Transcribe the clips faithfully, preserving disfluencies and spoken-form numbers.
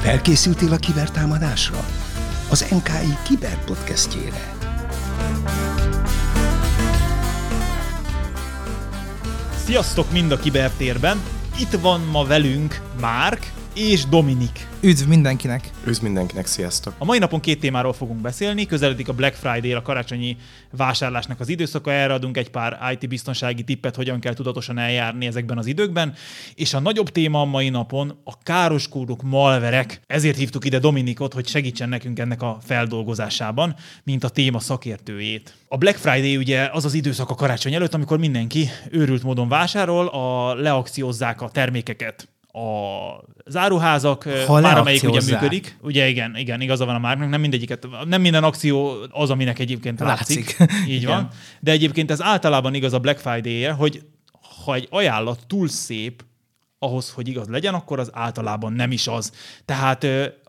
Felkészültél a kibertámadásra? Az en ká i Kiberpodcastjére. Sziasztok mind a kibertérben! Itt van ma velünk Márk és Dominik. Üdv mindenkinek! Üdv mindenkinek, sziasztok! A mai napon két témáról fogunk beszélni. Közeledik a Black Friday, a karácsonyi vásárlásnak az időszaka. Erre adunk egy pár i té biztonsági tippet, hogyan kell tudatosan eljárni ezekben az időkben. És a nagyobb téma a mai napon a káros kódok, malverek. Ezért hívtuk ide Dominikot, hogy segítsen nekünk ennek a feldolgozásában, mint a téma szakértőjét. A Black Friday ugye az az időszak a karácsony előtt, amikor mindenki őrült módon vásárol, a leakciózzák a termékeket. A záruházak, ha már amelyik ugye működik. Ugye igen, igen, igaza van a Márknak, nem mindegyiket, nem minden akció az, aminek egyébként látszik. látszik. Így igen. Van. De egyébként ez általában igaz a Black Friday-je, hogy ha egy ajánlat túl szép ahhoz, hogy igaz legyen, akkor az általában nem is az. Tehát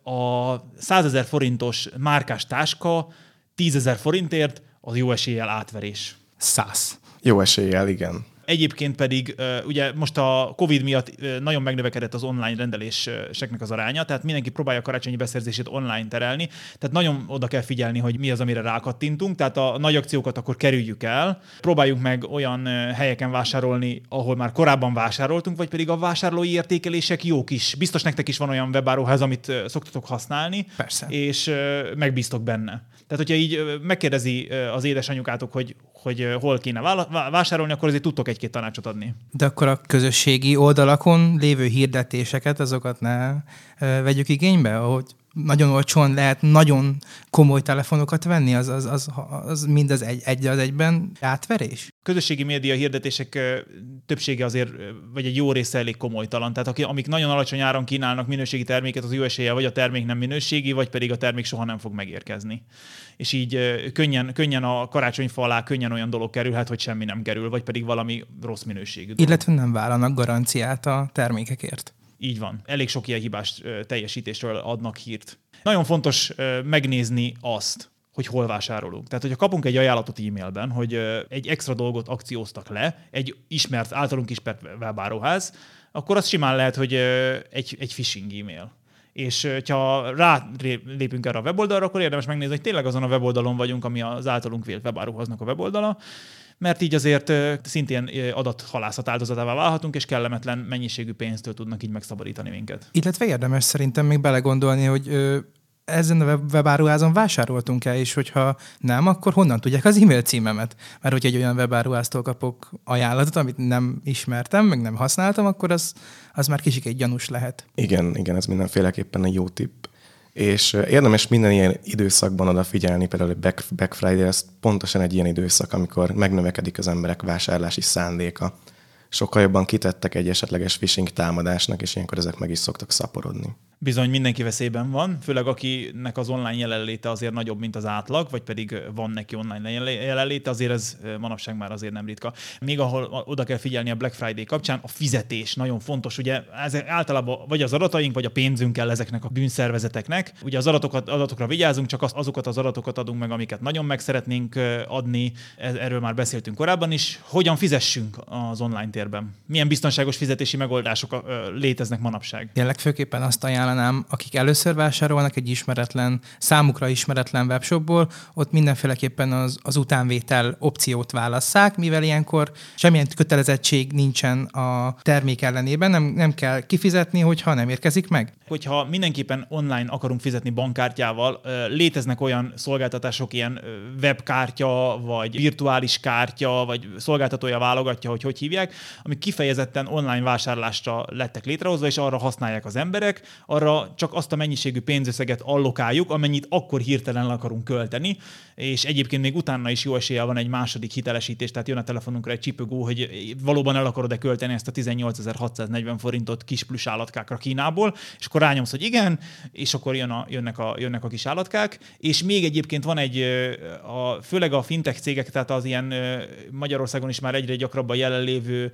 a százezer forintos márkás táska tízezer forintért az jó eséllyel átverés. Száz. Jó eséllyel, igen. Egyébként pedig ugye most a Covid miatt nagyon megnövekedett az online rendeléseknek az aránya, tehát mindenki próbálja a karácsonyi beszerzését online terelni, tehát nagyon oda kell figyelni, hogy mi az, amire rákattintunk, tehát a nagy akciókat akkor kerüljük el, próbáljunk meg olyan helyeken vásárolni, ahol már korábban vásároltunk, vagy pedig a vásárlói értékelések jók is. Biztos nektek is van olyan webáruház, amit szoktatok használni, persze, és megbíztok benne. Tehát, hogyha így megkérdezi az édesanyukátok, hogy, hogy hol kéne vásárolni, akkor azért tudtok egy-két tanácsot adni. De akkor a közösségi oldalakon lévő hirdetéseket, azokat ne vegyük igénybe, ahogy nagyon olcsón lehet nagyon komoly telefonokat venni, az, az, az, az mind az egy, egy az egyben átverés? Közösségi média hirdetések többsége azért, vagy egy jó része elég komolytalan. Tehát amik nagyon alacsony áron kínálnak minőségi terméket, az jó eséllyel vagy a termék nem minőségi, vagy pedig a termék soha nem fog megérkezni. És így könnyen, könnyen a karácsonyfa alá könnyen olyan dolog kerülhet, hogy semmi nem kerül, vagy pedig valami rossz minőségű dolog. Illetve nem vállalnak garanciát a termékekért. Így van. Elég sok ilyen hibás teljesítésről adnak hírt. Nagyon fontos megnézni azt, hogy hol vásárolunk. Tehát, hogyha kapunk egy ajánlatot e-mailben, hogy egy extra dolgot akcióztak le, egy ismert, általunk ismert webáruház, akkor az simán lehet, hogy egy, egy phishing e-mail. És ha rálépünk erre a weboldalra, akkor érdemes megnézni, hogy tényleg azon a weboldalon vagyunk, ami az általunk vélt webáruháznak a weboldala, mert így azért szintén adathalászat áldozatává válhatunk, és kellemetlen mennyiségű pénztől tudnak így megszabadítani minket. Illetve érdemes szerintem még belegondolni, hogy ö, ezen a webáruházon vásároltunk-e, és hogyha nem, akkor honnan tudják az e-mail címemet? Mert hogyha egy olyan webáruháztól kapok ajánlatot, amit nem ismertem, meg nem használtam, akkor az, az már kicsit gyanús lehet. Igen, igen, ez mindenféleképpen egy jó tipp. És érdemes minden ilyen időszakban odafigyelni, például a Black, Black Friday, ez pontosan egy ilyen időszak, amikor megnövekedik az emberek vásárlási szándéka. Sokkal jobban kitettek egy esetleges phishing támadásnak, és ilyenkor ezek meg is szoktak szaporodni. Bizony mindenki veszélyben van, főleg akinek az online jelenléte azért nagyobb, mint az átlag, vagy pedig van neki online jelenléte, azért ez manapság már azért nem ritka. Még ahol oda kell figyelni a Black Friday kapcsán, a fizetés nagyon fontos. Ugye ez általában vagy az adataink, vagy a pénzünk kell ezeknek a bűnszervezeteknek. Ugye az adatokat, adatokra vigyázunk, csak azokat az adatokat adunk meg, amiket nagyon meg szeretnénk adni. Erről már beszéltünk korábban is. Hogyan fizessünk az online térben? Milyen biztonságos fizetési megoldások léteznek manapság? Én legfőképpen azt ajánlom, akik először vásárolnak egy ismeretlen, számukra ismeretlen webshopból, ott mindenféleképpen az, az utánvétel opciót válasszák, mivel ilyenkor semmilyen kötelezettség nincsen a termék ellenében, nem, nem kell kifizetni, hogyha nem érkezik meg. Hogyha mindenképpen online akarunk fizetni bankkártyával, léteznek olyan szolgáltatások, ilyen webkártya, vagy virtuális kártya, vagy szolgáltatója válogatja, hogy hogy hívják, amik kifejezetten online vásárlásra lettek létrehozva, és arra használják az emberek, arra csak azt a mennyiségű pénzösszeget allokáljuk, amennyit akkor hirtelen le akarunk költeni, és egyébként még utána is jó eséllyel van egy második hitelesítés, tehát jön a telefonunkra egy csipogó, hogy valóban el akarod-e költeni ezt a tizennyolcezer-hatszáznegyven forintot kis plusz állatkákra Kínából, és akkor rányomsz, hogy igen, és akkor jön a, jönnek, a, jönnek a kis állatkák, és még egyébként van egy, a, főleg a fintech cégek, tehát az ilyen Magyarországon is már egyre gyakrabban jelenlévő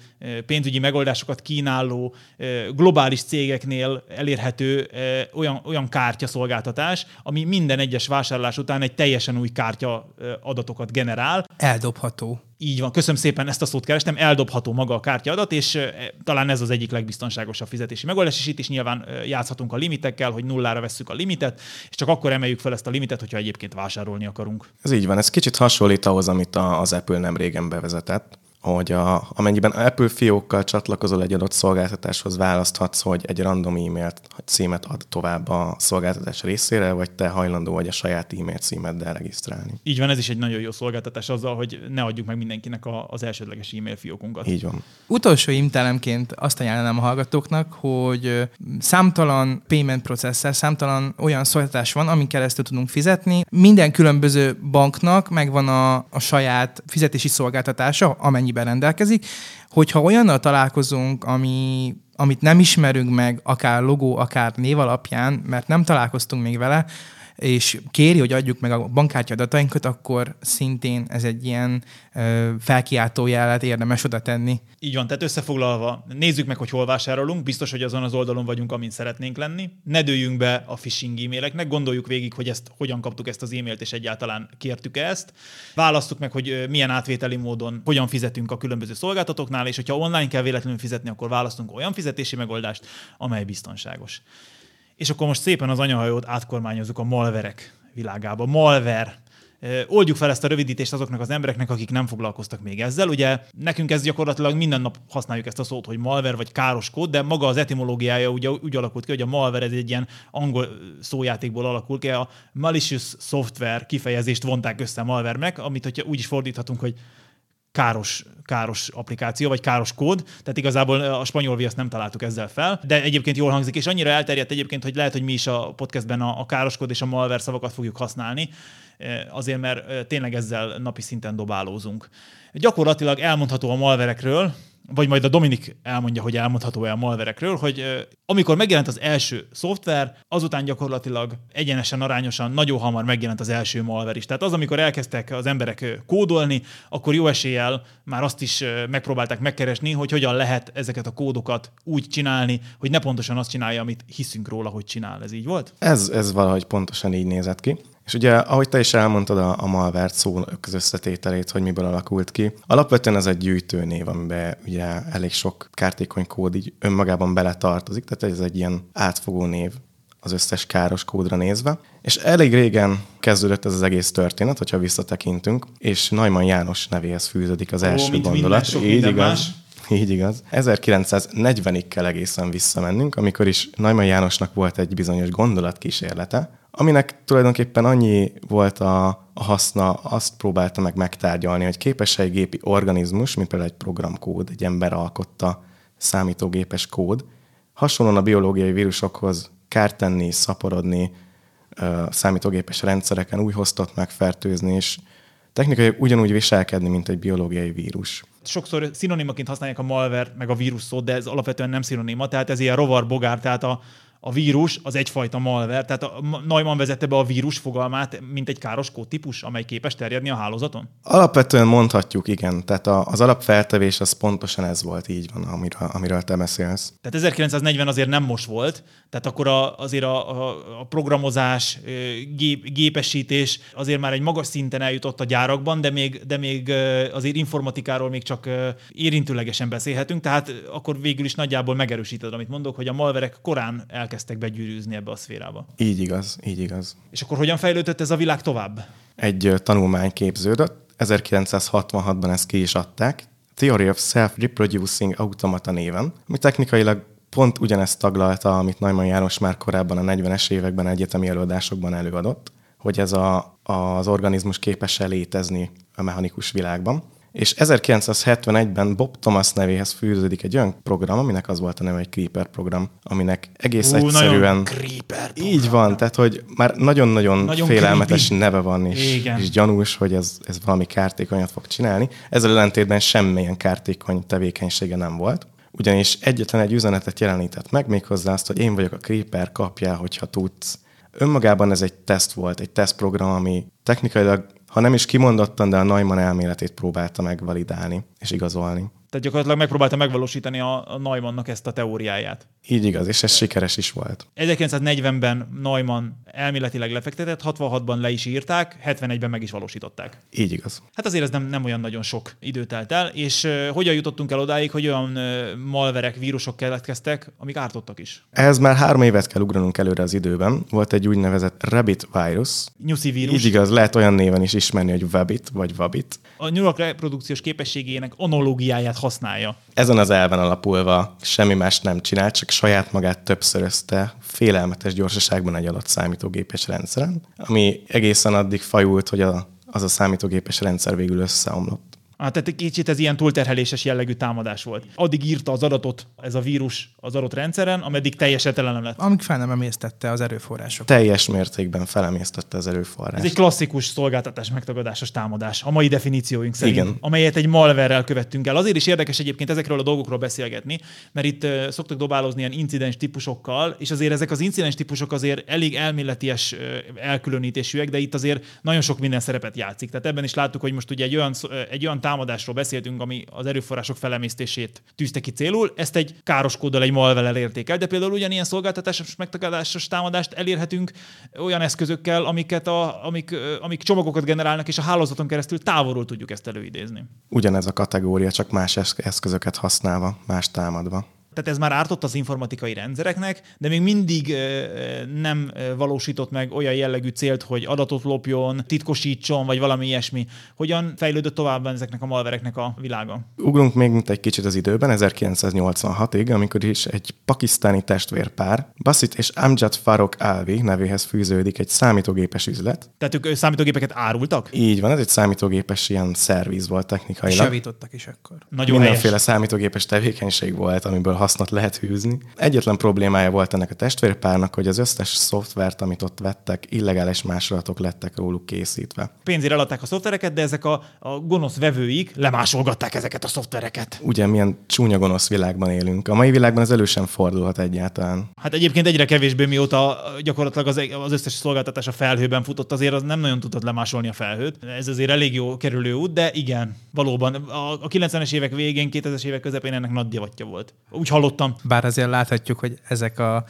pénzügyi megoldásokat kínáló globális cégeknél elérhető olyan, olyan kártyaszolgáltatás, ami minden egyes vásárlás után egy teljesen új kártya adatokat generál. Eldobható. Így van, köszönöm szépen, ezt a szót kerestem, eldobható maga a kártyaadat, és e, talán ez az egyik legbiztonságosabb fizetési megoldás, és itt is nyilván e, játszhatunk a limitekkel, hogy nullára vesszük a limitet, és csak akkor emeljük fel ezt a limitet, hogyha egyébként vásárolni akarunk. Ez így van, ez kicsit hasonlít ahhoz, amit a, az Apple nem régen bevezetett, hogy a, amennyiben Apple fiókkal csatlakozol egy adott szolgáltatáshoz, választhatsz, hogy egy random e-mailt, hogy címet ad tovább a szolgáltatás részére, vagy te hajlandó vagy a saját e-mail címeddel regisztrálni. Így van, ez is egy nagyon jó szolgáltatás azzal, hogy ne adjuk meg mindenkinek a, az elsődleges e-mail fiókunkat. Így van. Utolsó imtelemként azt ajánlanám a hallgatóknak, hogy számtalan payment processor, számtalan olyan szolgáltatás van, amin keresztül tudunk fizetni. Minden különböző banknak megvan a, a saját fizetési szolgáltatása, amennyi rendelkezik, hogyha olyannal találkozunk, ami, amit nem ismerünk meg, akár logó, akár név alapján, mert nem találkoztunk még vele, és kéri, hogy adjuk meg a bankkártya adatainkat, akkor szintén ez egy ilyen ö, felkiáltó jelet érdemes oda tenni. Így van, tehát összefoglalva, nézzük meg, hogy hol vásárolunk, biztos, hogy azon az oldalon vagyunk, amin szeretnénk lenni. Ne dőljünk be a phishing e-maileknek, gondoljuk végig, hogy ezt hogyan kaptuk ezt az e-mailt, és egyáltalán kértük ezt. Választuk meg, hogy milyen átvételi módon hogyan fizetünk a különböző szolgáltatóknál, és hogyha online kell véletlenül fizetni, akkor választunk olyan fizetési megoldást, amely biztonságos. És akkor most szépen az anyahajót átkormányozzuk a malverek világába. Malware. Oldjuk fel ezt a rövidítést azoknak az embereknek, akik nem foglalkoztak még ezzel. Ugye nekünk ez gyakorlatilag minden nap használjuk ezt a szót, hogy malware vagy káros kód, de maga az etimológiája ugye úgy alakult ki, hogy a malware ez egy ilyen angol szójátékból alakul ki. A malicious software kifejezést vonták össze malware-nek, amit hogyha úgy is fordíthatunk, hogy káros, káros applikáció, vagy káros kód, tehát igazából a spanyol viaszt nem találtuk ezzel fel, de egyébként jól hangzik, és annyira elterjedt egyébként, hogy lehet, hogy mi is a podcastben a, a káros kód és a malware szavakat fogjuk használni, azért mert tényleg ezzel napi szinten dobálózunk. Gyakorlatilag elmondható a malverekről, vagy majd a Dominik elmondja, hogy elmondható-e a malverekről, hogy amikor megjelent az első szoftver, azután gyakorlatilag egyenesen, arányosan nagyon hamar megjelent az első malver is. Tehát az, amikor elkezdtek az emberek kódolni, akkor jó eséllyel már azt is megpróbálták megkeresni, hogy hogyan lehet ezeket a kódokat úgy csinálni, hogy ne pontosan azt csinálja, amit hiszünk róla, hogy csinál. Ez így volt? Ez, ez valahogy pontosan így nézett ki. És ugye, ahogy te is elmondtad a, a malware szó összetételét, hogy miből alakult ki, alapvetően ez egy gyűjtőnév, amiben ugye elég sok kártékony kód így önmagában beletartozik, tehát ez egy ilyen átfogó név az összes káros kódra nézve. És elég régen kezdődött ez az egész történet, hogyha visszatekintünk, és Neumann János nevéhez fűződik az első Ó, gondolat. Minden, így igaz. Más. Így igaz. ezerkilencszáznegyvenig kell egészen visszamennünk, amikor is Neumann Jánosnak volt egy bizonyos gondolatkísérlete, aminek tulajdonképpen annyi volt a, a haszna, azt próbálta meg megtárgyalni, hogy képes egy gépi organizmus, mint például egy programkód, egy ember alkotta számítógépes kód, hasonlóan a biológiai vírusokhoz kárt tenni, szaporodni, számítógépes rendszereken új hostot megfertőzni, és technikai ugyanúgy viselkedni, mint egy biológiai vírus. Sokszor szinonimaként használják a malware meg a vírus szót, de ez alapvetően nem szinonima, tehát ez ilyen rovar-bogár, tehát a A vírus az egyfajta malware, tehát a Neumann vezette be a vírus fogalmát, mint egy káros kódtípus, amely képes terjedni a hálózaton? Alapvetően mondhatjuk, igen. Tehát az alapfeltevés az pontosan ez volt, így van, amiről, amiről te beszélsz. Tehát ezerkilencszáznegyven azért nem most volt, tehát akkor a, azért a, a, a programozás, gép, gépesítés azért már egy magas szinten eljutott a gyárakban, de még, de még azért informatikáról még csak érintőlegesen beszélhetünk, tehát akkor végül is nagyjából megerősíted, amit mondok, hogy a malverek korán elkezdtek kezdtek begyűrűzni ebbe a szférába. Így igaz, így igaz. És akkor hogyan fejlődött ez a világ tovább? Egy tanulmány képződött, ezerkilencszázhatvanhatban ezt ki is adták, Theory of Self-Reproducing Automata néven, ami technikailag pont ugyanezt taglalta, amit Neumann János már korábban a negyvenes években egyetemi előadásokban előadott, hogy ez a, az organizmus képes-e létezni a mechanikus világban. És ezerkilencszázhetvenegyben Bob Thomas nevéhez fűződik egy olyan program, aminek az volt a neve, egy Creeper program, aminek egész Ú, egyszerűen... Creeper így van, tehát hogy már nagyon-nagyon nagyon félelmetes creepy neve van, és, és gyanús, hogy ez, ez valami kártékonyat fog csinálni. Ezzel ellentétben semmilyen kártékony tevékenysége nem volt. Ugyanis egyetlen egy üzenetet jelenített meg, méghozzá azt, hogy én vagyok a Creeper, kapjál, hogyha tudsz. Önmagában ez egy teszt volt, egy tesztprogram, ami technikailag, ha nem is kimondottan, de a Neumann elméletét próbálta megvalidálni és igazolni. Tehát gyakorlatilag megpróbálta megvalósítani a, a Neumannnak ezt a teóriáját. Így igaz, és ez sikeres is volt. ezerkilencszáznegyvenben Neumann elméletileg lefektetett, hatvanhatban le is írták, hetvenegyben meg is valósították. Így igaz. Hát azért ez nem, nem olyan nagyon sok idő telt el, és uh, hogyan jutottunk el odáig, hogy olyan uh, malverek, vírusok keletkeztek, amik ártottak is. Ehhez már három évet kell ugranunk előre az időben. Volt egy úgynevezett rabbit vírus. Nyuszi vírus. Így igaz, lehet olyan néven is ismerni, hogy Wabbit vagy Wabbit. A nyurak reprodukciós képességének analógiáját használja. Ezen az elven alapulva semmi más nem csinált, csak saját magát többszörözte félelmetes gyorsaságban egy adott számítógépes rendszeren, ami egészen addig fajult, hogy a, az a számítógépes rendszer végül összeomlott. Ah, tehát egy kicsit ez ilyen túlterheléses jellegű támadás volt. Addig írta az adatot ez a vírus az adott rendszeren, ameddig teljesen tele lett. Amíg fel nem emésztette az erőforrások. Teljes mértékben felemésztette az erőforrás. Ez egy klasszikus szolgáltatás megtagadásos támadás, a mai definícióink szerint, Igen. amelyet egy malverrel követtünk el. Azért is érdekes egyébként ezekről a dolgokról beszélgetni, mert itt uh, szoktak dobálozni ilyen incidens típusokkal, és azért ezek az incidens típusok azért elég elméleties uh, elkülönítésűek, de itt azért nagyon sok minden szerepet játszik. Tehát ebben is láttuk, hogy most ugye egy olyan, uh, egy olyan támadásról beszéltünk, ami az erőforrások felemésztését tűzte ki célul, ezt egy káros kóddal, egy malverrel érték el, de például ugyanilyen szolgáltatásos megtagadásos támadást elérhetünk olyan eszközökkel, amiket a, amik, amik csomagokat generálnak, és a hálózaton keresztül távolról tudjuk ezt előidézni. Ugyanez a kategória, csak más eszközöket használva, más támadva. Tehát ez már ártott az informatikai rendszereknek, de még mindig nem valósított meg olyan jellegű célt, hogy adatot lopjon, titkosítson, vagy valami ilyesmi. Hogyan fejlődött tovább ezeknek a malvereknek a világa? Ugrunk még mint egy kicsit az időben, ezerkilencszáznyolcvanhatig, amikor is egy pakisztáni testvérpár, Basit és Amjad Farokh Alvi nevéhez fűződik egy számítógépes üzlet. Tehát ők számítógépeket árultak? Így van, ez egy számítógépes ilyen szerviz volt technikailag. És javítottak is akkor. Nagyon Mindenféle helyes. számítógépes tevékenység volt, amiből hasznot lehet hűzni. Egyetlen problémája volt ennek a testvérpárnak, hogy az összes szoftvert, amit ott vettek, illegális másolatok lettek róluk készítve. Pénzért eladták a szoftvereket, de ezek a, a gonosz vevőik lemásolgatták ezeket a szoftvereket. Ugye milyen csúnya gonosz világban élünk. A mai világban ez elő sem fordulhat egyáltalán. Hát egyébként egyre kevésbé, mióta gyakorlatilag az, az összes szolgáltatás a felhőben futott, azért az nem nagyon tudott lemásolni a felhőt. Ez azért elég jó kerülő út, de igen, valóban. A, a kilencvenes évek végén, kétezres évek közepén ennek nagy divatja volt. Úgy hallottam. Bár azért láthatjuk, hogy ezek a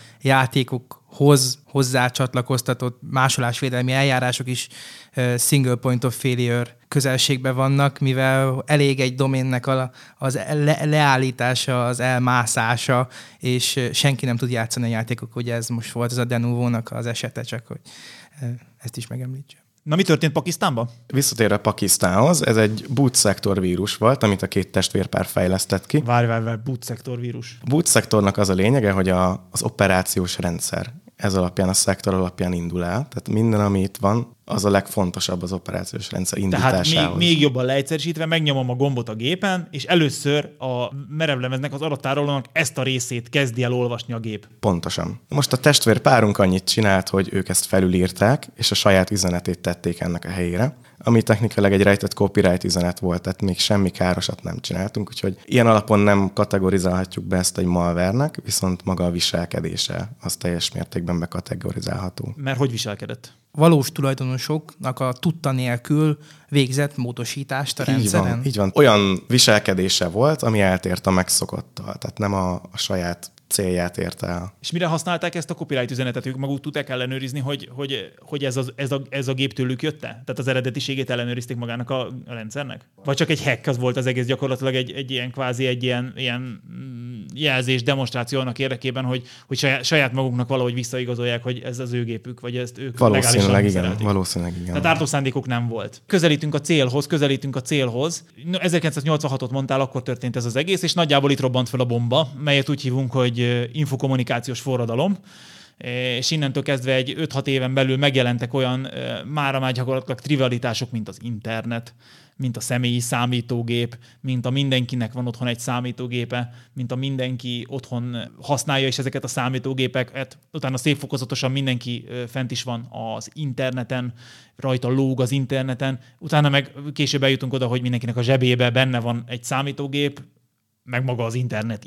játékokhoz hozzá csatlakoztatott másolásvédelmi eljárások is uh, single point of failure közelségben vannak, mivel elég egy doménnek a, az le, leállítása, az elmászása, és uh, senki nem tud játszani a játékok. Ugye ez most volt az a Denuvo-nak az esete, csak hogy uh, ezt is megemlítsem. Na, mi történt Pakisztánban? Visszatérve Pakisztánhoz, ez egy boot szektor vírus volt, amit a két testvérpár fejlesztett ki. Várj, várj, várj, boot szektor vírus. Boot szektornak az a lényege, hogy a, az operációs rendszer ez alapján, a szektor alapján indul el. Tehát minden, ami itt van, az a legfontosabb az operációs rendszer indításához. Tehát még, még jobban leegyszerűsítve megnyomom a gombot a gépen, és először a merevlemeznek, az adattárolónak ezt a részét kezdi el olvasni a gép. Pontosan. Most a testvérpárunk annyit csinált, hogy ők ezt felülírták, és a saját üzenetét tették ennek a helyére, ami technikailag egy rejtett copyright üzenet volt, tehát még semmi károsat nem csináltunk, úgyhogy ilyen alapon nem kategorizálhatjuk be ezt egy malvernek, viszont maga a viselkedése az teljes mértékben bekategorizálható. Mert hogy viselkedett? Valós tulajdonosoknak a tudta nélkül végzett módosítást a így rendszeren. Van, így van. Olyan viselkedése volt, ami eltért a megszokottal, tehát nem a, a saját célját érte el. És mire használták ezt a copyright üzenetet? Ők maguk tudták ellenőrizni, hogy, hogy, hogy ez, az, ez, a, ez a gép tőlük jött-e? Tehát az eredetiségét ellenőrizték magának a, a rendszernek? Vagy csak egy hack az volt az egész, gyakorlatilag egy, egy ilyen kvázi egy ilyen, ilyen jelzés demonstrációnak érdekében, hogy, hogy saját, saját maguknak valahogy visszaigazolják, hogy ez az ő gépük, vagy ezt ők valószínűleg igen, szerelték. Valószínűleg igen. Tehát ártó szándékuk nem volt. Közelítünk a célhoz, közelítünk a célhoz. ezerkilencszáznyolcvanhatot mondtál, akkor történt ez az egész, és nagyjából itt robbant fel a bomba, melyet úgy hívunk, hogy infokommunikációs forradalom, és innentől kezdve egy öt-hat éven belül megjelentek olyan mára már gyakorlatilag trivialitások, mint az internet, mint a személyi számítógép, mint a mindenkinek van otthon egy számítógépe, mint a mindenki otthon használja is ezeket a számítógépeket. Utána szép fokozatosan mindenki fent is van az interneten, rajta lóg az interneten. Utána meg később eljutunk oda, hogy mindenkinek a zsebébe benne van egy számítógép, meg maga az internet is.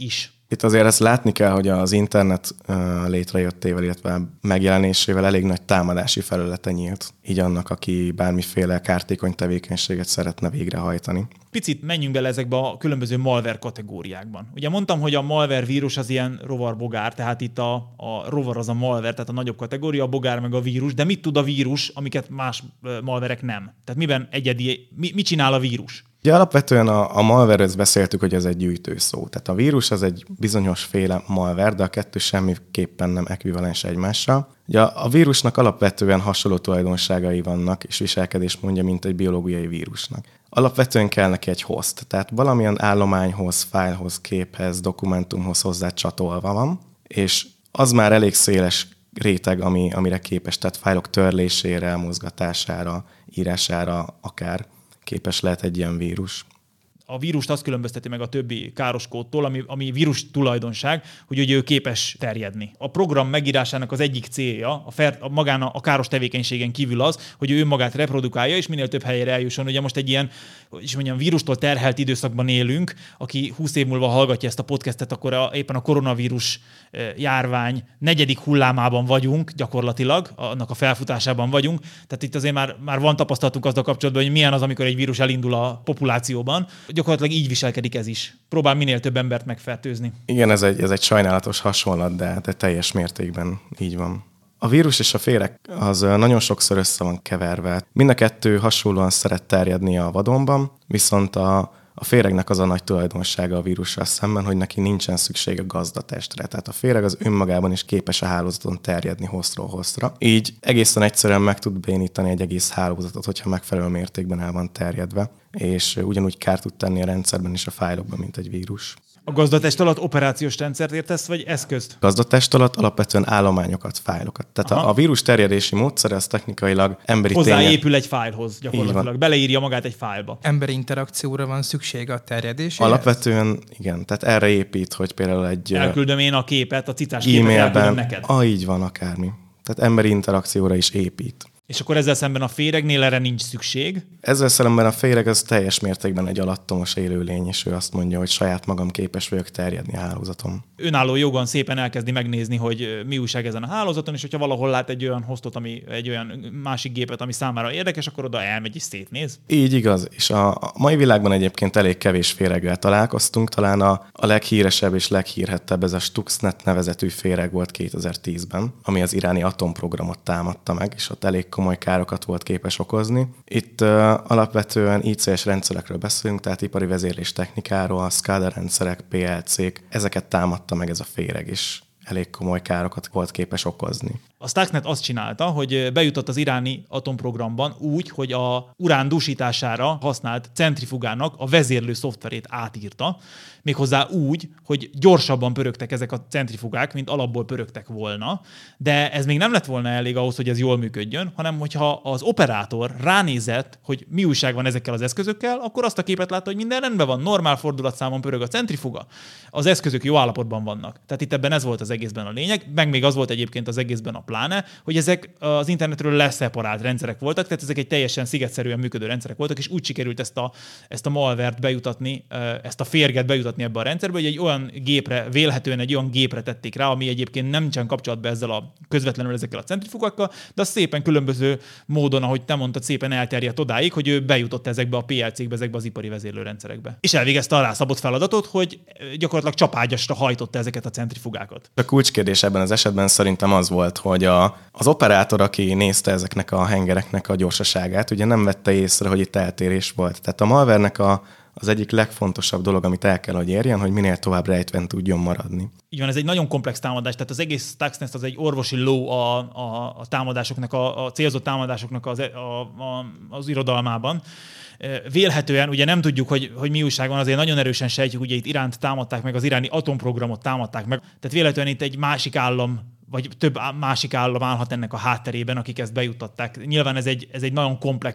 Itt azért ezt látni kell, hogy az internet létrejöttével, illetve megjelenésével elég nagy támadási felülete nyílt, így annak, aki bármiféle kártékony tevékenységet szeretne végrehajtani. Picit menjünk bele ezekbe a különböző malware kategóriákban. Ugye mondtam, hogy a malware vírus az ilyen rovar-bogár, tehát itt a, a rovar az a malware, tehát a nagyobb kategória, a bogár meg a vírus, de mit tud a vírus, amiket más malverek nem? Tehát miben egyedi, mi, mit csinál a vírus? Ugye alapvetően a, a malware-ről beszéltük, hogy ez egy gyűjtőszó. Tehát a vírus az egy bizonyos féle malware, de a kettő semmiképpen nem ekvivalens egymással. Ugye a, a vírusnak alapvetően hasonló tulajdonságai vannak, és viselkedés mondja, mint egy biológiai vírusnak. Alapvetően kell neki egy host, tehát valamilyen állományhoz, fájlhoz, képhez, dokumentumhoz hozzá csatolva van, és az már elég széles réteg, ami, amire képes, tehát fájlok törlésére, mozgatására, írására akár képes lehet egy ilyen vírus. A vírust azt különbözteti meg a többi káros kódtól, ami, ami vírus tulajdonság, hogy ugye ő képes terjedni. A program megírásának az egyik célja, a, fer, a magán a káros tevékenységen kívül az, hogy ő önmagát reprodukálja, és minél több helyre eljusson. Ugye most egy ilyen, és mondjam, vírustól terhelt időszakban élünk, aki húsz év múlva hallgatja ezt a podcastet, akkor a, éppen a koronavírus járvány negyedik hullámában vagyunk, gyakorlatilag, annak a felfutásában vagyunk. Tehát itt azért már, már van tapasztalatunk azzal kapcsolatban, hogy milyen az, amikor egy vírus elindul a populációban. Gyakorlatilag így viselkedik ez is. Próbál minél több embert megfertőzni. Igen, ez egy, ez egy sajnálatos hasonlat, de, de teljes mértékben így van. A vírus és a féreg az nagyon sokszor össze van keverve. Mind a kettő hasonlóan szeret terjedni a vadonban, viszont a, a féregnek az a nagy tulajdonsága a vírussal szemben, hogy neki nincsen szüksége gazdatestre. Tehát a féreg az önmagában is képes a hálózaton terjedni hosszról hosszra. Így egészen egyszerűen meg tud bénítani egy egész hálózatot, hogyha megfelelő mértékben el van terjedve, és ugyanúgy kárt tud tenni a rendszerben és a fájlokban, mint egy vírus. A gazdatest alatt operációs rendszert értesz, vagy eszközt? Gazdatest alatt alapvetően állományokat, fájlokat. Tehát a, a vírus terjedési módszer az technikailag emberi tények. Hozzáépül egy fájlhoz gyakorlatilag. Beleírja magát egy fájlba. Emberi interakcióra van szüksége a terjedéséhez? Alapvetően igen. Tehát erre épít, hogy például egy... Elküldöm én a képet, a cicás képet elküldöm neked. Ah, így van akármi. Tehát emberi interakcióra is épít. És akkor ezzel szemben a féregnél erre nincs szükség? Ezzel szemben a féreg az teljes mértékben egy alattomos élőlény, és ő azt mondja, hogy saját magam képes vagyok terjedni a hálózaton. Önálló jogon szépen elkezdi megnézni, hogy mi újság ezen a hálózaton, és hogyha valahol lát egy olyan hostot, ami egy olyan másik gépet, ami számára érdekes, akkor oda elmegy és szétnéz. Így igaz, és a mai világban egyébként elég kevés féreggel találkoztunk, talán a, a leghíresebb és leghírhettebb ez a Stuxnet nevezetű féreg volt kétezer-tízben, ami az iráni atomprogramot támadta meg, és ott elég komoly károkat volt képes okozni. Itt uh, alapvetően í cé es rendszerekről beszélünk, tehát ipari vezérlés technikáról, a SCADA rendszerek, pé el cék, ezeket támadta meg ez a féreg, és elég komoly károkat volt képes okozni. A Stuxnet azt csinálta, hogy bejutott az iráni atomprogramban úgy, hogy a urán dúsítására használt centrifugának a vezérlő szoftverét átírta, méghozzá úgy, hogy gyorsabban pörögtek ezek a centrifugák, mint alapból pörögtek volna, de ez még nem lett volna elég ahhoz, hogy ez jól működjön, hanem hogyha az operátor ránézett, hogy mi újság van ezekkel az eszközökkel, akkor azt a képet látta, hogy minden rendben van, normál fordulatszámon pörög a centrifuga, az eszközök jó állapotban vannak. Tehát itt ebben ez volt az egészben a lényeg, meg még az volt egyébként az egészben a pláne, hogy ezek az internetről leszeparált rendszerek voltak, tehát ezek egy teljesen szigetszerűen működő rendszerek voltak, és úgy sikerült ezt a, ezt a malvert bejutatni, ezt a férget bejutatni ebbe a rendszerbe, hogy egy olyan gépre, vélhetően egy olyan gépre tették rá, ami egyébként nem csak kapcsolatban ezzel a közvetlenül ezekkel a centrifugákkal, de az szépen különböző módon, ahogy te mondtad, szépen elterjedt odáig, hogy ő bejutott ezekbe a pé el cékbe, ezekbe az ipari vezérlőrendszerekbe. És elvégezte a rászabott feladatot, hogy gyakorlatilag csapágyasra hajtotta ezeket a centrifugákat. A kulcskérdés ebben az esetben szerintem az volt, hogy a, az operátor, aki nézte ezeknek a hengereknek a gyorsaságát, ugye nem vette észre, hogy itt eltérés volt. Tehát a malvernek a az egyik legfontosabb dolog, amit el kell, hogy érjen, hogy minél tovább rejtven tudjon maradni. Így van, ez egy nagyon komplex támadás, tehát az egész Stuxnet az egy orvosi ló a, a, a támadásoknak, a, a célzott támadásoknak az, a, a, az irodalmában. Vélhetően, ugye nem tudjuk, hogy, hogy mi újság van, azért nagyon erősen sejtjük, ugye itt Iránt támadták meg, az iráni atomprogramot támadták meg, tehát vélhetően itt egy másik állam, vagy több másik állam állhat ennek a hátterében, akik ezt bejuttatták. Nyilván ez egy, ez egy nagyon komplex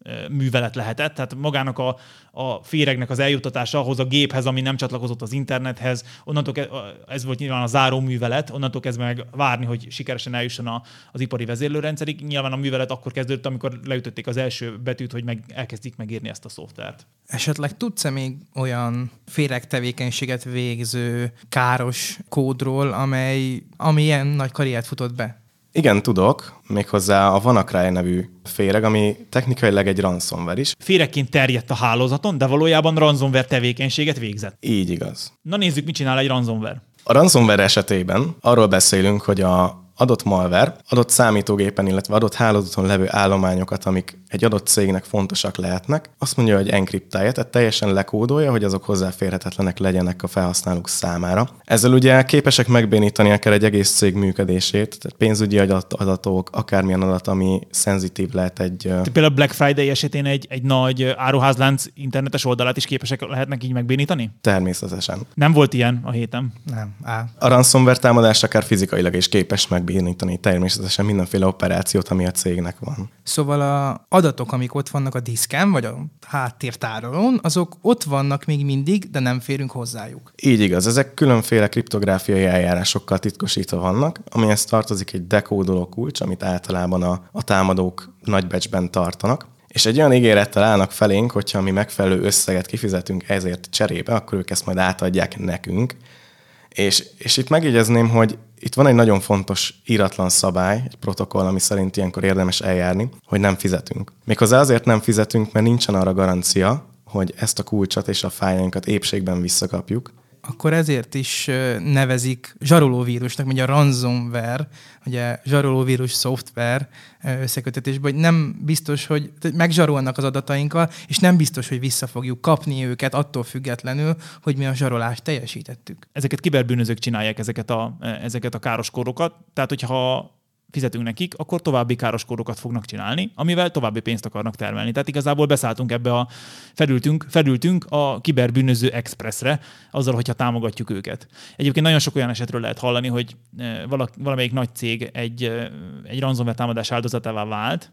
művelet lehetett, tehát magának a, a féregnek az eljuttatása ahhoz a géphez, ami nem csatlakozott az internethez, onnantól ez volt nyilván a záró művelet, onnantól kezdve meg várni, hogy sikeresen eljusson a, az ipari vezérlőrendszerig. Nyilván a művelet akkor kezdődött, amikor leütötték az első betűt, hogy meg, elkezdik megírni ezt a szoftvert. Esetleg tudsz-e még olyan féreg tevékenységet végző káros kódról, amely, ami ilyen nagy karriert futott be? Igen, tudok, méghozzá a WannaCry nevű féreg, ami technikailag egy ransomware is. Féregként terjedt a hálózaton, de valójában ransomware tevékenységet végzett. Így igaz. Na nézzük, mit csinál egy ransomware. A ransomware esetében arról beszélünk, hogy a adott malware, adott számítógépen, illetve adott hálózaton levő állományokat, amik egy adott cégnek fontosak lehetnek, azt mondja, hogy enkriptálja, tehát teljesen lekódolja, hogy azok hozzáférhetetlenek legyenek a felhasználók számára. Ezzel ugye képesek megbénítani akár egy egész cég működését, tehát pénzügyi adat, adatok, akármilyen adat, ami szenzitív lehet egy... Például a Black Friday esetén egy, egy nagy áruházlánc internetes oldalát is képesek lehetnek így megbénítani? Természetesen. Nem volt ilyen a héten? Nem. Á. A ransomware támadás akár fizikailag is képes megbénítani természetesen mindenféle operációt, ami a cégnek van. Szóval a adatok, amik ott vannak a diszken, vagy a háttértárolón, azok ott vannak még mindig, de nem férünk hozzájuk. Így igaz, ezek különféle kriptográfiai eljárásokkal titkosítva vannak, amihez tartozik egy dekódoló kulcs, amit általában a, a támadók nagy becsben tartanak. És egy olyan ígérettel állnak felénk, hogyha mi megfelelő összeget kifizetünk ezért cserébe, akkor ők ezt majd átadják nekünk. És, és itt megjegyezném, hogy itt van egy nagyon fontos íratlan szabály, egy protokoll, ami szerint ilyenkor érdemes eljárni, hogy nem fizetünk. Méghozzá azért nem fizetünk, mert nincsen arra garancia, hogy ezt a kulcsot és a fájljainkat épségben visszakapjuk. Akkor ezért is nevezik zsarolóvírusnak, ugye a ransomware, ugye zsarolóvírus szoftver összekötetésben, hogy nem biztos, hogy megzsarolnak az adatainkkal, és nem biztos, hogy vissza fogjuk kapni őket attól függetlenül, hogy mi a zsarolást teljesítettük. Ezeket kiberbűnözők csinálják, ezeket a, ezeket a káros kódokat, tehát hogyha fizetünk nekik, akkor további káros kódokat fognak csinálni, amivel további pénzt akarnak termelni. Tehát igazából beszálltunk ebbe a, felültünk, felültünk a kiberbűnöző expressre, azzal, hogyha támogatjuk őket. Egyébként nagyon sok olyan esetről lehet hallani, hogy valamelyik nagy cég egy, egy ransomware támadás áldozatává vált,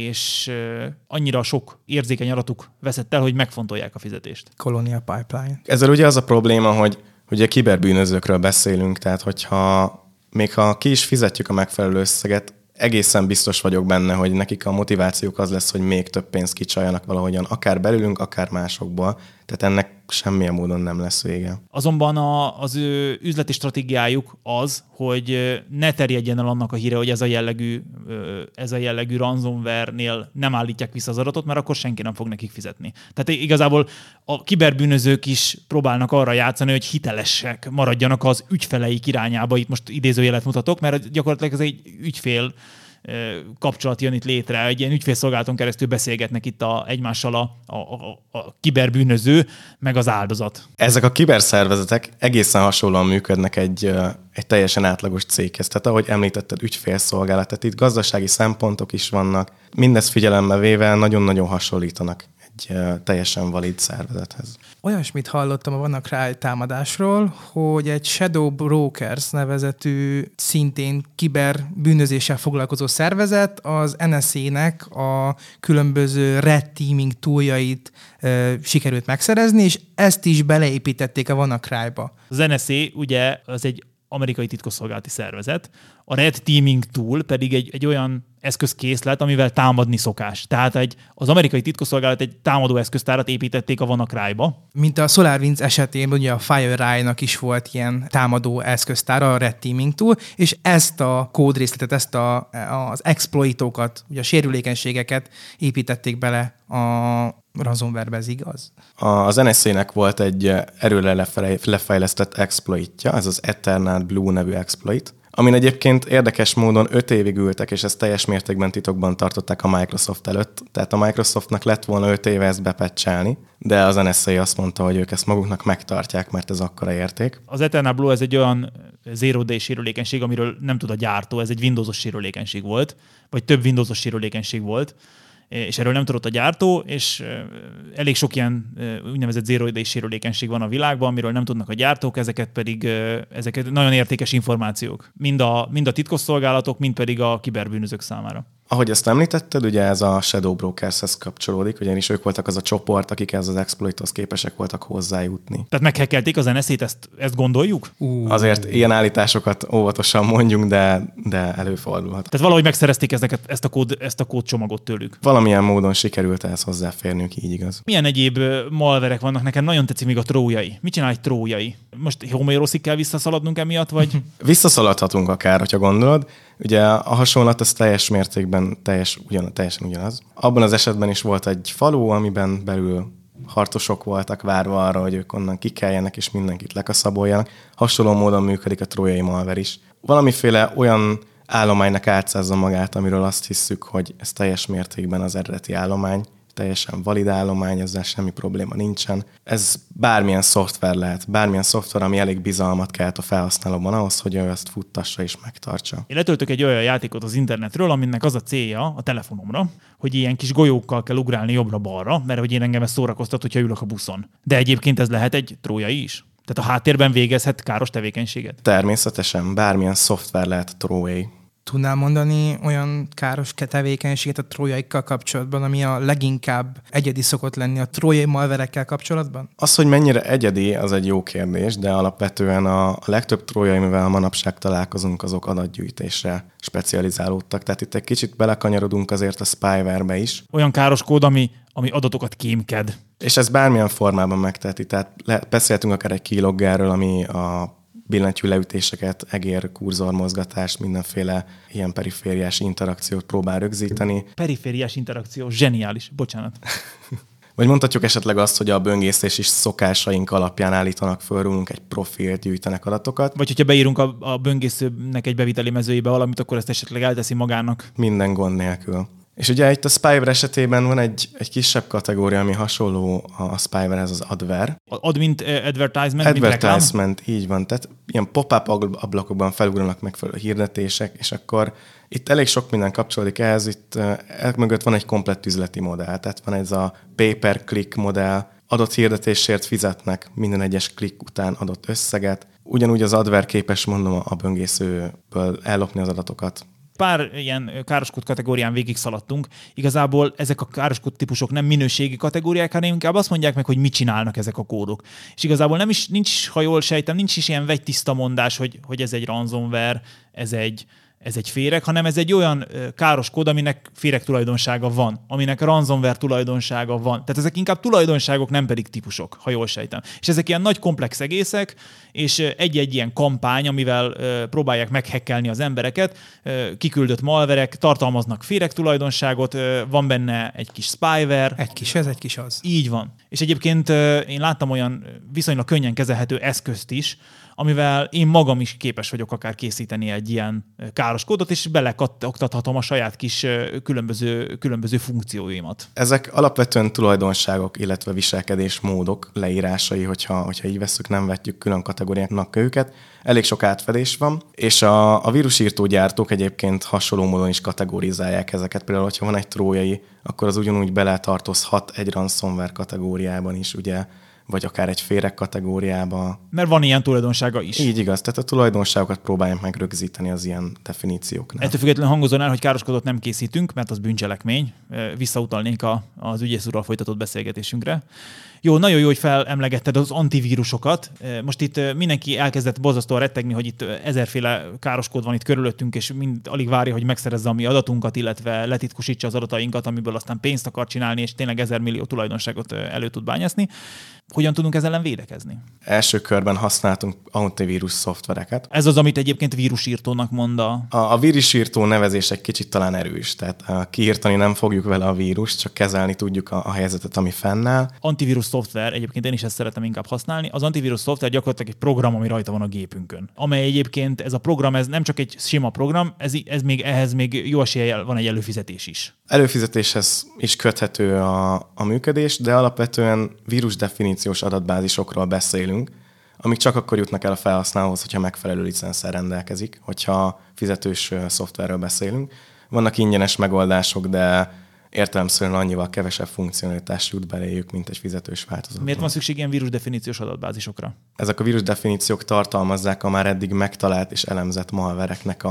és annyira sok érzékeny adatuk veszett el, hogy megfontolják a fizetést. Colonial Pipeline. Ezzel ugye az a probléma, hogy ugye kiberbűnözőkről beszélünk, tehát hogyha még ha ki is fizetjük a megfelelő összeget, egészen biztos vagyok benne, hogy nekik a motivációk az lesz, hogy még több pénzt kicsaljanak valahogyan, akár belülünk, akár másokból. Tehát ennek semmilyen módon nem lesz vége. Azonban a, az ő üzleti stratégiájuk az, hogy ne terjedjen el annak a híre, hogy ez a jellegű, ez a jellegű ransomware-nél nem állítják vissza az adatot, mert akkor senki nem fog nekik fizetni. Tehát igazából a kiberbűnözők is próbálnak arra játszani, hogy hitelesek maradjanak az ügyfeleik irányába. Itt most idézőjelet mutatok, mert gyakorlatilag ez egy ügyfél kapcsolat jön itt létre, egy ilyen ügyfélszolgálaton keresztül beszélgetnek itt a, egymással a, a, a, a kiberbűnöző, meg az áldozat. Ezek a kiberszervezetek egészen hasonlóan működnek egy, egy teljesen átlagos céghez. Tehát ahogy említetted, ügyfélszolgálat, tehát itt gazdasági szempontok is vannak. Mindezt figyelembe véve nagyon-nagyon hasonlítanak egy teljesen valid szervezethez. Olyasmit hallottam a WannaCry támadásról, hogy egy Shadow Brokers nevezetű szintén kiberbűnözéssel foglalkozó szervezet az en es á-nek a különböző red teaming túljait e, sikerült megszerezni, és ezt is beleépítették a WannaCry-ba. Az en es á ugye az egy amerikai titkosszolgálati szervezet, a Red Teaming Tool pedig egy, egy olyan eszközkészlet, amivel támadni szokás. Tehát egy, az amerikai titkosszolgálat egy támadó eszköztárat építették a WannaCry-ba. Mint a SolarWinds esetén, ugye a FireEye-nak is volt ilyen támadó eszköztára, a Red Teaming Tool, és ezt a kódrészletet, ezt a, az exploitokat, ugye a sérülékenységeket építették bele a ransomware-be, ez igaz? Az en es á-nek volt egy erőre lefejlesztett exploitja, ez az Eternal Blue nevű exploit, amin egyébként érdekes módon öt évig ültek, és ezt teljes mértékben titokban tartották a Microsoft előtt. Tehát a Microsoftnak lett volna öt éve ezt bepatchelni, de az en es á azt mondta, hogy ők ezt maguknak megtartják, mert ez akkora érték. Az Eternal Blue ez egy olyan zero day sérülékenység, amiről nem tud a gyártó, ez egy Windowsos sérülékenység volt, vagy több Windowsos sérülékenység volt, és erről nem tudott a gyártó, és elég sok ilyen úgynevezett zero day sérülékenység van a világban, amiről nem tudnak a gyártók, ezeket pedig ezeket nagyon értékes információk. Mind a, mind a titkosszolgálatok, mind pedig a kiberbűnözők számára. Ahogy ezt említetted, ugye ez a Shadow Brokershez kapcsolódik, ugyanis ők voltak az a csoport, akik ez az exploithoz képesek voltak hozzájutni. Tehát meghekkelték az en es zét, ezt, ezt gondoljuk? Uh. Azért ilyen állításokat óvatosan mondjunk, de, de előfordulhat. Tehát valahogy megszerezték ezeket, ezt, a kód, ezt a kódcsomagot tőlük. Valamilyen módon sikerült ehhez hozzáférniük, így igaz. Milyen egyéb malverek vannak? Nekem nagyon tetszik még a trójai. Mit csinál egy trójai? Most Homeroszig kell visszaszaladnunk emiatt, vagy? Visszaszaladhatunk akár, hogyha gondolod. Ugye a hasonlat az teljes mértékben teljes, ugyan, teljesen ugyanaz. Abban az esetben is volt egy falu, amiben belül harcosok voltak várva arra, hogy ők onnan kikeljenek és mindenkit lekaszaboljanak. Hasonló módon működik a trójai malware is. Valamiféle olyan állománynak álcázza magát, amiről azt hiszük, hogy ez teljes mértékben az eredeti állomány, teljesen valid állomány, ezzel semmi probléma nincsen. Ez bármilyen szoftver lehet, bármilyen szoftver, ami elég bizalmat kelt a felhasználóban ahhoz, hogy ő ezt futtassa és megtartsa. Én letöltök egy olyan játékot az internetről, aminek az a célja a telefonomra, hogy ilyen kis golyókkal kell ugrálni jobbra-balra, mert hogy én engem ez szórakoztat, hogyha ülök a buszon. De egyébként ez lehet egy trójai is? Tehát a háttérben végezhet káros tevékenységet? Természetesen bármilyen szoftver lehet trójai. Tudnál mondani olyan káros tevékenységet a trójaikkal kapcsolatban, ami a leginkább egyedi szokott lenni a trójai malverekkel kapcsolatban? Az, hogy mennyire egyedi, az egy jó kérdés, de alapvetően a legtöbb trójai, mivel manapság találkozunk, azok adatgyűjtésre specializálódtak. Tehát itt egy kicsit belekanyarodunk azért a spyware-be is. Olyan káros kód, ami, ami adatokat kémked. És ez bármilyen formában megteheti. Tehát le, beszéltünk akár egy keyloggerről, ami a billentyű leütéseket, egér, kurzor mozgatást, mindenféle ilyen perifériás interakciót próbál rögzíteni. Perifériás interakció, zseniális, bocsánat. Vagy mondhatjuk esetleg azt, hogy a böngészési szokásaink alapján állítanak föl rólunk egy profilt, gyűjtenek adatokat. Vagy hogyha beírunk a, a böngészőnek egy beviteli mezőjébe valamit, akkor ezt esetleg elteszi magának. Minden gond nélkül. És ugye itt a spyware esetében van egy, egy kisebb kategória, ami hasonló a spywarehez, az adware. Ad, mint uh, advertisement, Advertisement, így van. Tehát ilyen pop-up ablakokban felugranak megfelelő hirdetések, és akkor itt elég sok minden kapcsolódik ehhez. Itt uh, mögött van egy komplett üzleti modell. Tehát van ez a pay-per-click modell. Adott hirdetésért fizetnek minden egyes klik után adott összeget. Ugyanúgy az adware képes, mondom, a böngészőből ellopni az adatokat. Pár ilyen károskód kategórián végig szaladtunk. Igazából ezek a károskód típusok nem minőségi kategóriák, hanem inkább azt mondják meg, hogy mit csinálnak ezek a kódok. És igazából nem is, nincs, ha jól sejtem, nincs is ilyen vegytiszta mondás, hogy, hogy ez egy ransomware, ez egy, ez egy féreg, hanem ez egy olyan káros kód, aminek féreg tulajdonsága van, aminek ransomware tulajdonsága van. Tehát ezek inkább tulajdonságok, nem pedig típusok, ha jól sejtem. És ezek ilyen nagy komplex egészek, és egy-egy ilyen kampány, amivel próbálják meghekkelni az embereket, kiküldött malverek tartalmaznak féreg tulajdonságot, van benne egy kis spyware. Egy kis ez, egy kis az. Így van. És egyébként én láttam olyan viszonylag könnyen kezelhető eszközt is, amivel én magam is képes vagyok akár készíteni egy ilyen káros kódot, és belekattathatom a saját kis különböző, különböző funkcióimat. Ezek alapvetően tulajdonságok, illetve viselkedésmódok leírásai, hogyha, hogyha így vesszük, nem vetjük külön kategóriáknak őket. Elég sok átfedés van, és a, a vírusírtó gyártók egyébként hasonló módon is kategorizálják ezeket. Például, hogyha van egy trójai, akkor az ugyanúgy beletartozhat egy ransomware kategóriában is, ugye, vagy akár egy féreg kategóriába. Mert van ilyen tulajdonsága is. Így igaz, tehát a tulajdonságokat próbálják meg rögzíteni az ilyen definícióknál. Ettől függetlenül hangozon el, hogy károskodót nem készítünk, mert az bűncselekmény. Visszautalnénk a, az ügyész úrral folytatott beszélgetésünkre. Jó, nagyon jó, hogy felemlegetted az antivírusokat. Most itt mindenki elkezdett borzasztóan rettegni, hogy itt ezerféle károskód van itt körülöttünk, és mind alig várja, hogy megszerezze a mi adatunkat, illetve letitkosítsa az adatainkat, amiből aztán pénzt akar csinálni, és tényleg ezer millió tulajdonságot elő tud bányászni. Hogyan tudunk ezzel ellen védekezni? Első körben használtunk antivírus szoftvereket. Ez az, amit egyébként vírusírtónak mond a... A, a vírusírtó nevezés egy kicsit talán erős, tehát a, kiírtani nem fogjuk vele a vírust, csak kezelni tudjuk a, a helyzetet, ami fennáll. Antivírus szoftver, egyébként én is ezt szeretem inkább használni. Az antivírus szoftver gyakorlatilag egy program, ami rajta van a gépünkön. Amely egyébként ez a program, ez nem csak egy sima program, ez, ez még, ehhez még jó eséllyel van egy előfizetés is. Előfizetéshez is köthető a, a működés, de alapvetően vírus definíciós adatbázisokról beszélünk, amik csak akkor jutnak el a felhasználóhoz, hogyha megfelelő licenszel rendelkezik, hogyha fizetős szoftverről beszélünk. Vannak ingyenes megoldások, de értelemszerűen annyival kevesebb funkcionalitás jut beléjük, mint egy fizetős változat. Miért van szükség ilyen vírus definíciós adatbázisokra? Ezek a vírus definíciók tartalmazzák a már eddig megtalált és elemzett malvereknek a,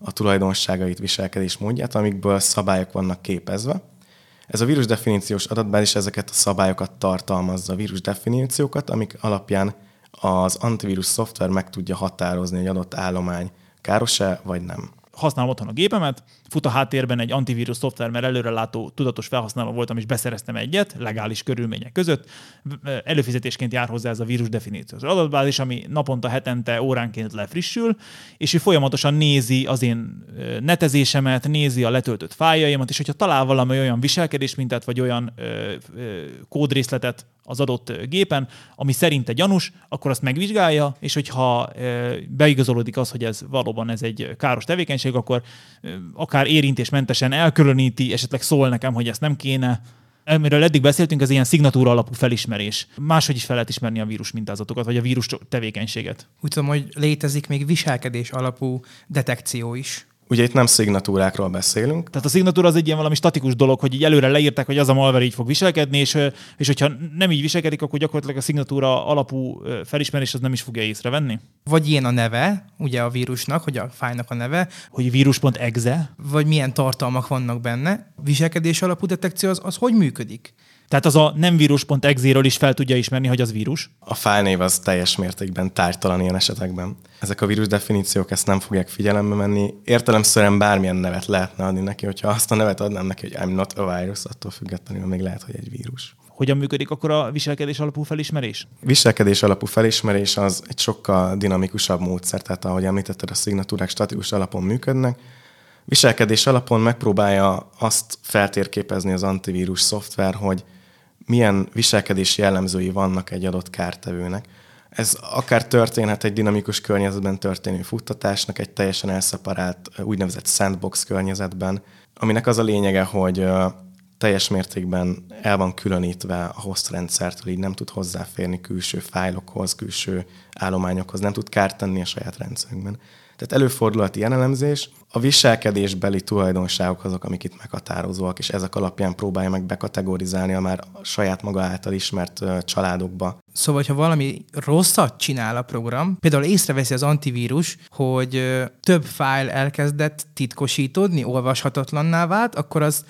a tulajdonságait, viselkedés módját, amikből szabályok vannak képezve. Ez a vírusdefiníciós adatbázis ezeket a szabályokat tartalmazza, a vírusdefiníciókat, amik alapján az antivírus szoftver meg tudja határozni, egy adott állomány káros-e vagy nem. Használom otthon a gépemet, fut a háttérben egy antivírus szoftver, mert előrelátó tudatos felhasználó voltam, és beszereztem egyet, legális körülmények között. Előfizetésként jár hozzá ez a vírus definíciós adatbázis, ami naponta, hetente, óránként lefrissül, és ő folyamatosan nézi az én netezésemet, nézi a letöltött fájljaimat, és hogyha talál valami olyan viselkedésmintát, vagy olyan ö, ö, kódrészletet az adott gépen, ami szerinte gyanús, akkor azt megvizsgálja, és hogyha ö, beigazolódik az, hogy ez valóban ez egy káros tevékenység, akkor ö, akár érintésmentesen elkülöníti, esetleg szól nekem, hogy ezt nem kéne. Amiről eddig beszéltünk, ez ilyen szignatúra alapú felismerés. Máshogy is fel lehet ismerni a vírus mintázatokat, vagy a vírus tevékenységet. Úgy tudom, hogy létezik még viselkedés alapú detekció is. Ugye itt nem szignatúrákról beszélünk. Tehát a szignatúra az egy ilyen valami statikus dolog, hogy így előre leírták, hogy az a malware így fog viselkedni, és, és hogyha nem így viselkedik, akkor gyakorlatilag a szignatúra alapú felismerés az nem is fogja észrevenni. Vagy ilyen a neve, ugye a vírusnak, hogy a fájlnak a neve. Hogy vírus.exe. Vagy milyen tartalmak vannak benne. Viselkedés alapú detekció az, az hogy működik? Tehát az a nem vírus.exe-ről is fel tudja ismerni, hogy az vírus? A fájlnév az teljes mértékben tárgytalan ilyen esetekben. Ezek a vírus definíciók ezt nem fogják figyelembe menni. Értelemszerűen bármilyen nevet lehetne adni neki, hogyha azt a nevet adnám neki, hogy I'm not a virus, attól függetlenül még lehet, hogy egy vírus. Hogyan működik akkor a viselkedés alapú felismerés? Viselkedés alapú felismerés az egy sokkal dinamikusabb módszer, tehát ahogy említetted, a szignatúrák statikus alapon működnek. Viselkedés alapon megpróbálja azt feltérképezni az antivírus szoftver, hogy milyen viselkedési jellemzői vannak egy adott kártevőnek. Ez akár történhet egy dinamikus környezetben történő futtatásnak, egy teljesen elszeparált úgynevezett sandbox környezetben, aminek az a lényege, hogy teljes mértékben el van különítve a host rendszertől, így nem tud hozzáférni külső fájlokhoz, külső állományokhoz, nem tud kárt tenni a saját rendszerünkben. Tehát előfordulhat ilyen elemzés. A viselkedésbeli tulajdonságok azok, amik itt meghatározóak, és ezek alapján próbálja meg bekategorizálni a már a saját maga által ismert családokba. Szóval, ha valami rosszat csinál a program, például észreveszi az antivírus, hogy több fájl elkezdett titkosítódni, olvashatatlanná vált, akkor az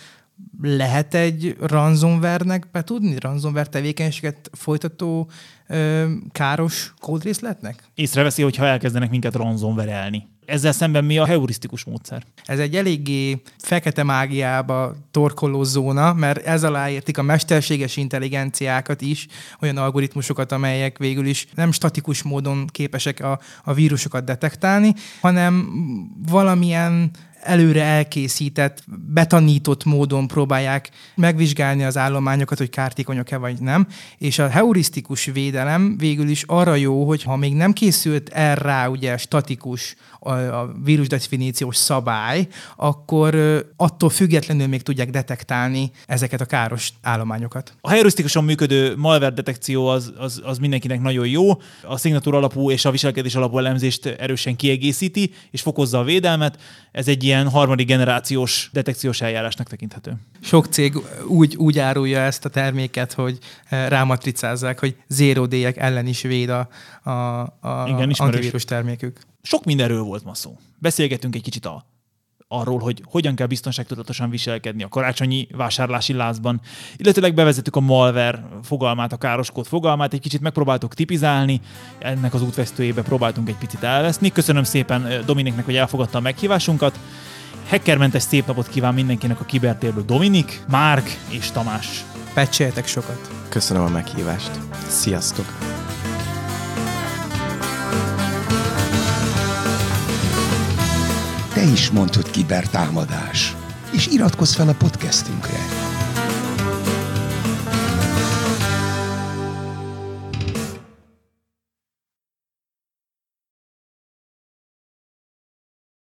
lehet egy ransomware-nek betudni? Ransomware tevékenységet folytató ö, káros kódrészletnek? Észreveszi, hogyha elkezdenek minket ransomware-elni. Ezzel szemben mi a heurisztikus módszer? Ez egy eléggé fekete mágiába torkoló zóna, mert ez alá értik a mesterséges intelligenciákat is, olyan algoritmusokat, amelyek végül is nem statikus módon képesek a, a vírusokat detektálni, hanem valamilyen előre elkészített, betanított módon próbálják megvizsgálni az állományokat, hogy kártékonyak-e vagy nem, és a heurisztikus védelem végül is arra jó, hogy ha még nem készült el rá ugye statikus a, a vírusdefiníciós szabály, akkor attól függetlenül még tudják detektálni ezeket a káros állományokat. A heurisztikusan működő malware detekció az, az, az mindenkinek nagyon jó. A szignatúra alapú és a viselkedés alapú elemzést erősen kiegészíti, és fokozza a védelmet. Ez egy ilyen harmadik generációs detekciós eljárásnak tekinthető. Sok cég úgy, úgy árulja ezt a terméket, hogy rámatricázzák, hogy zero day-ek ellen is véd a, a, a Igen, antivírus termékük. Sok mindenről volt ma szó. Beszélgetünk egy kicsit a, arról, hogy hogyan kell biztonságtudatosan viselkedni a karácsonyi vásárlási lázban, illetőleg bevezettük a malware fogalmát, a károskód fogalmát, egy kicsit megpróbáltuk tipizálni, ennek az útvesztőjébe próbáltunk egy picit elveszni. Köszönöm szépen Dominiknek, hogy elfogadta a meghívásunkat. Hackermentes szép napot kíván mindenkinek a Kibertérből Dominik, Márk és Tamás. Pecseljetek sokat! Köszönöm a meghívást. Sziasztok! Te is mondd, hogy kibertámadás, és iratkozz fel a podcastünkre.